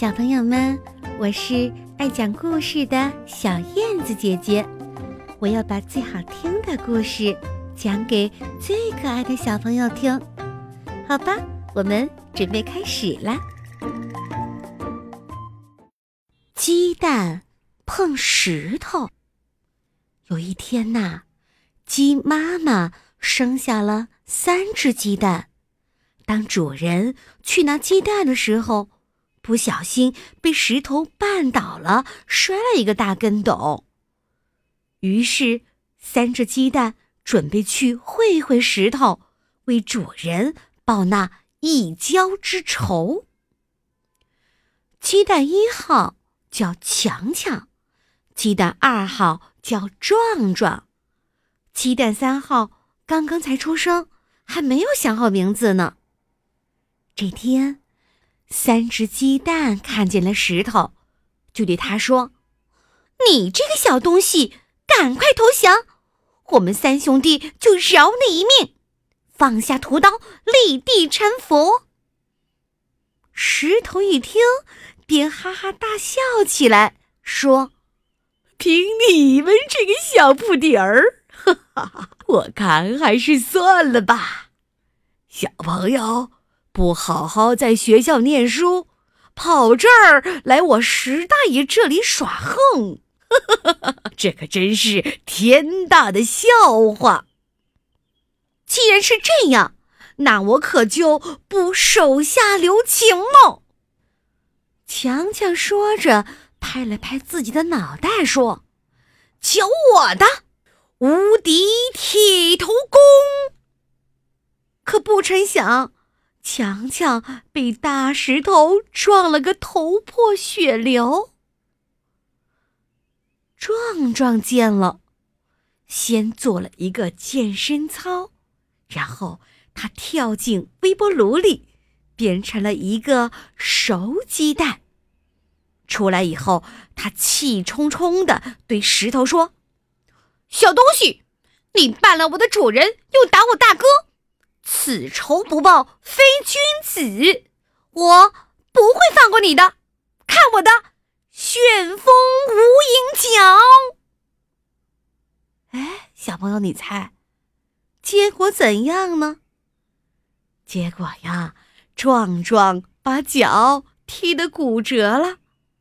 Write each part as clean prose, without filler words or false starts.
小朋友们，我是爱讲故事的小燕子姐姐，我要把最好听的故事讲给最可爱的小朋友听。好吧，我们准备开始啦。鸡蛋碰石头。有一天呐，鸡妈妈生下了3只鸡蛋。当主人去拿鸡蛋的时候，不小心被石头绊倒了，摔了一个大跟斗。于是3只鸡蛋准备去会石头，为主人报那一交之仇。鸡蛋1号叫强强，鸡蛋2号叫壮壮，鸡蛋3号刚刚才出生，还没有想好名字呢。这天，3只鸡蛋看见了石头，就对他说：“你这个小东西，赶快投降，我们3兄弟就饶你一命，放下屠刀，立地成佛。”石头一听，便哈哈大笑起来，说：“凭你们这个小不点儿，哈哈，我看还是算了吧。小朋友，不好好在学校念书，跑这儿来我石大爷这里耍横，这可真是天大的笑话。既然是这样，那我可就不手下留情喽。”强强说着，拍了拍自己的脑袋，说：“瞧我的无敌铁头功！”可不成想，强强被大石头撞了个头破血流。壮壮见了，先做了一个健身操，然后他跳进微波炉里，变成了一个熟鸡蛋。出来以后，他气冲冲地对石头说：“小东西，你绊了我的主人，又打我大哥，此仇不报非君子，我不会放过你的，看我的旋风无影脚！”哎，小朋友，你猜结果怎样呢？结果呀，壮壮把脚踢得骨折了。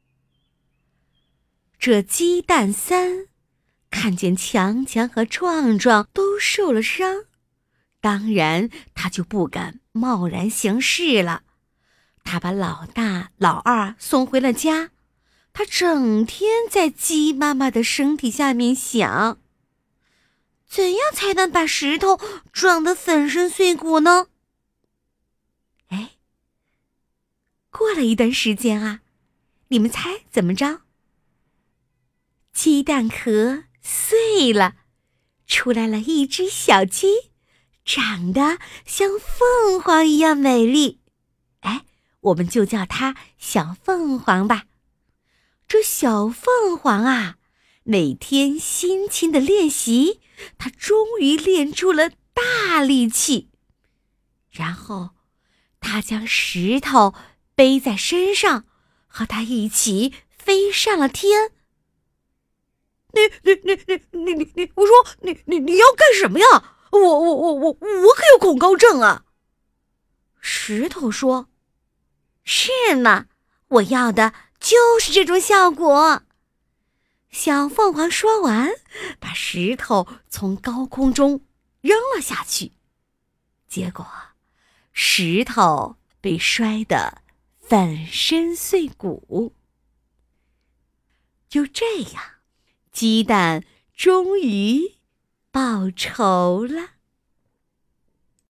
这鸡蛋3看见强强和壮壮都受了伤，当然他就不敢贸然行事了。他把老大老二送回了家，他整天在鸡妈妈的身体下面想，怎样才能把石头撞得粉身碎骨呢？哎，过了一段时间啊，你们猜怎么着？鸡蛋壳碎了，出来了一只小鸡，长得像凤凰一样美丽。哎，我们就叫它小凤凰吧。这小凤凰啊，每天辛勤的练习，它终于练出了大力气。然后，它将石头背在身上，和它一起飞上了天。你，我说你要干什么呀？我可有恐高症啊！石头说：“是吗？我要的就是这种效果。”小凤凰说完，把石头从高空中扔了下去，结果石头被摔得粉身碎骨。就这样，鸡蛋终于报仇了。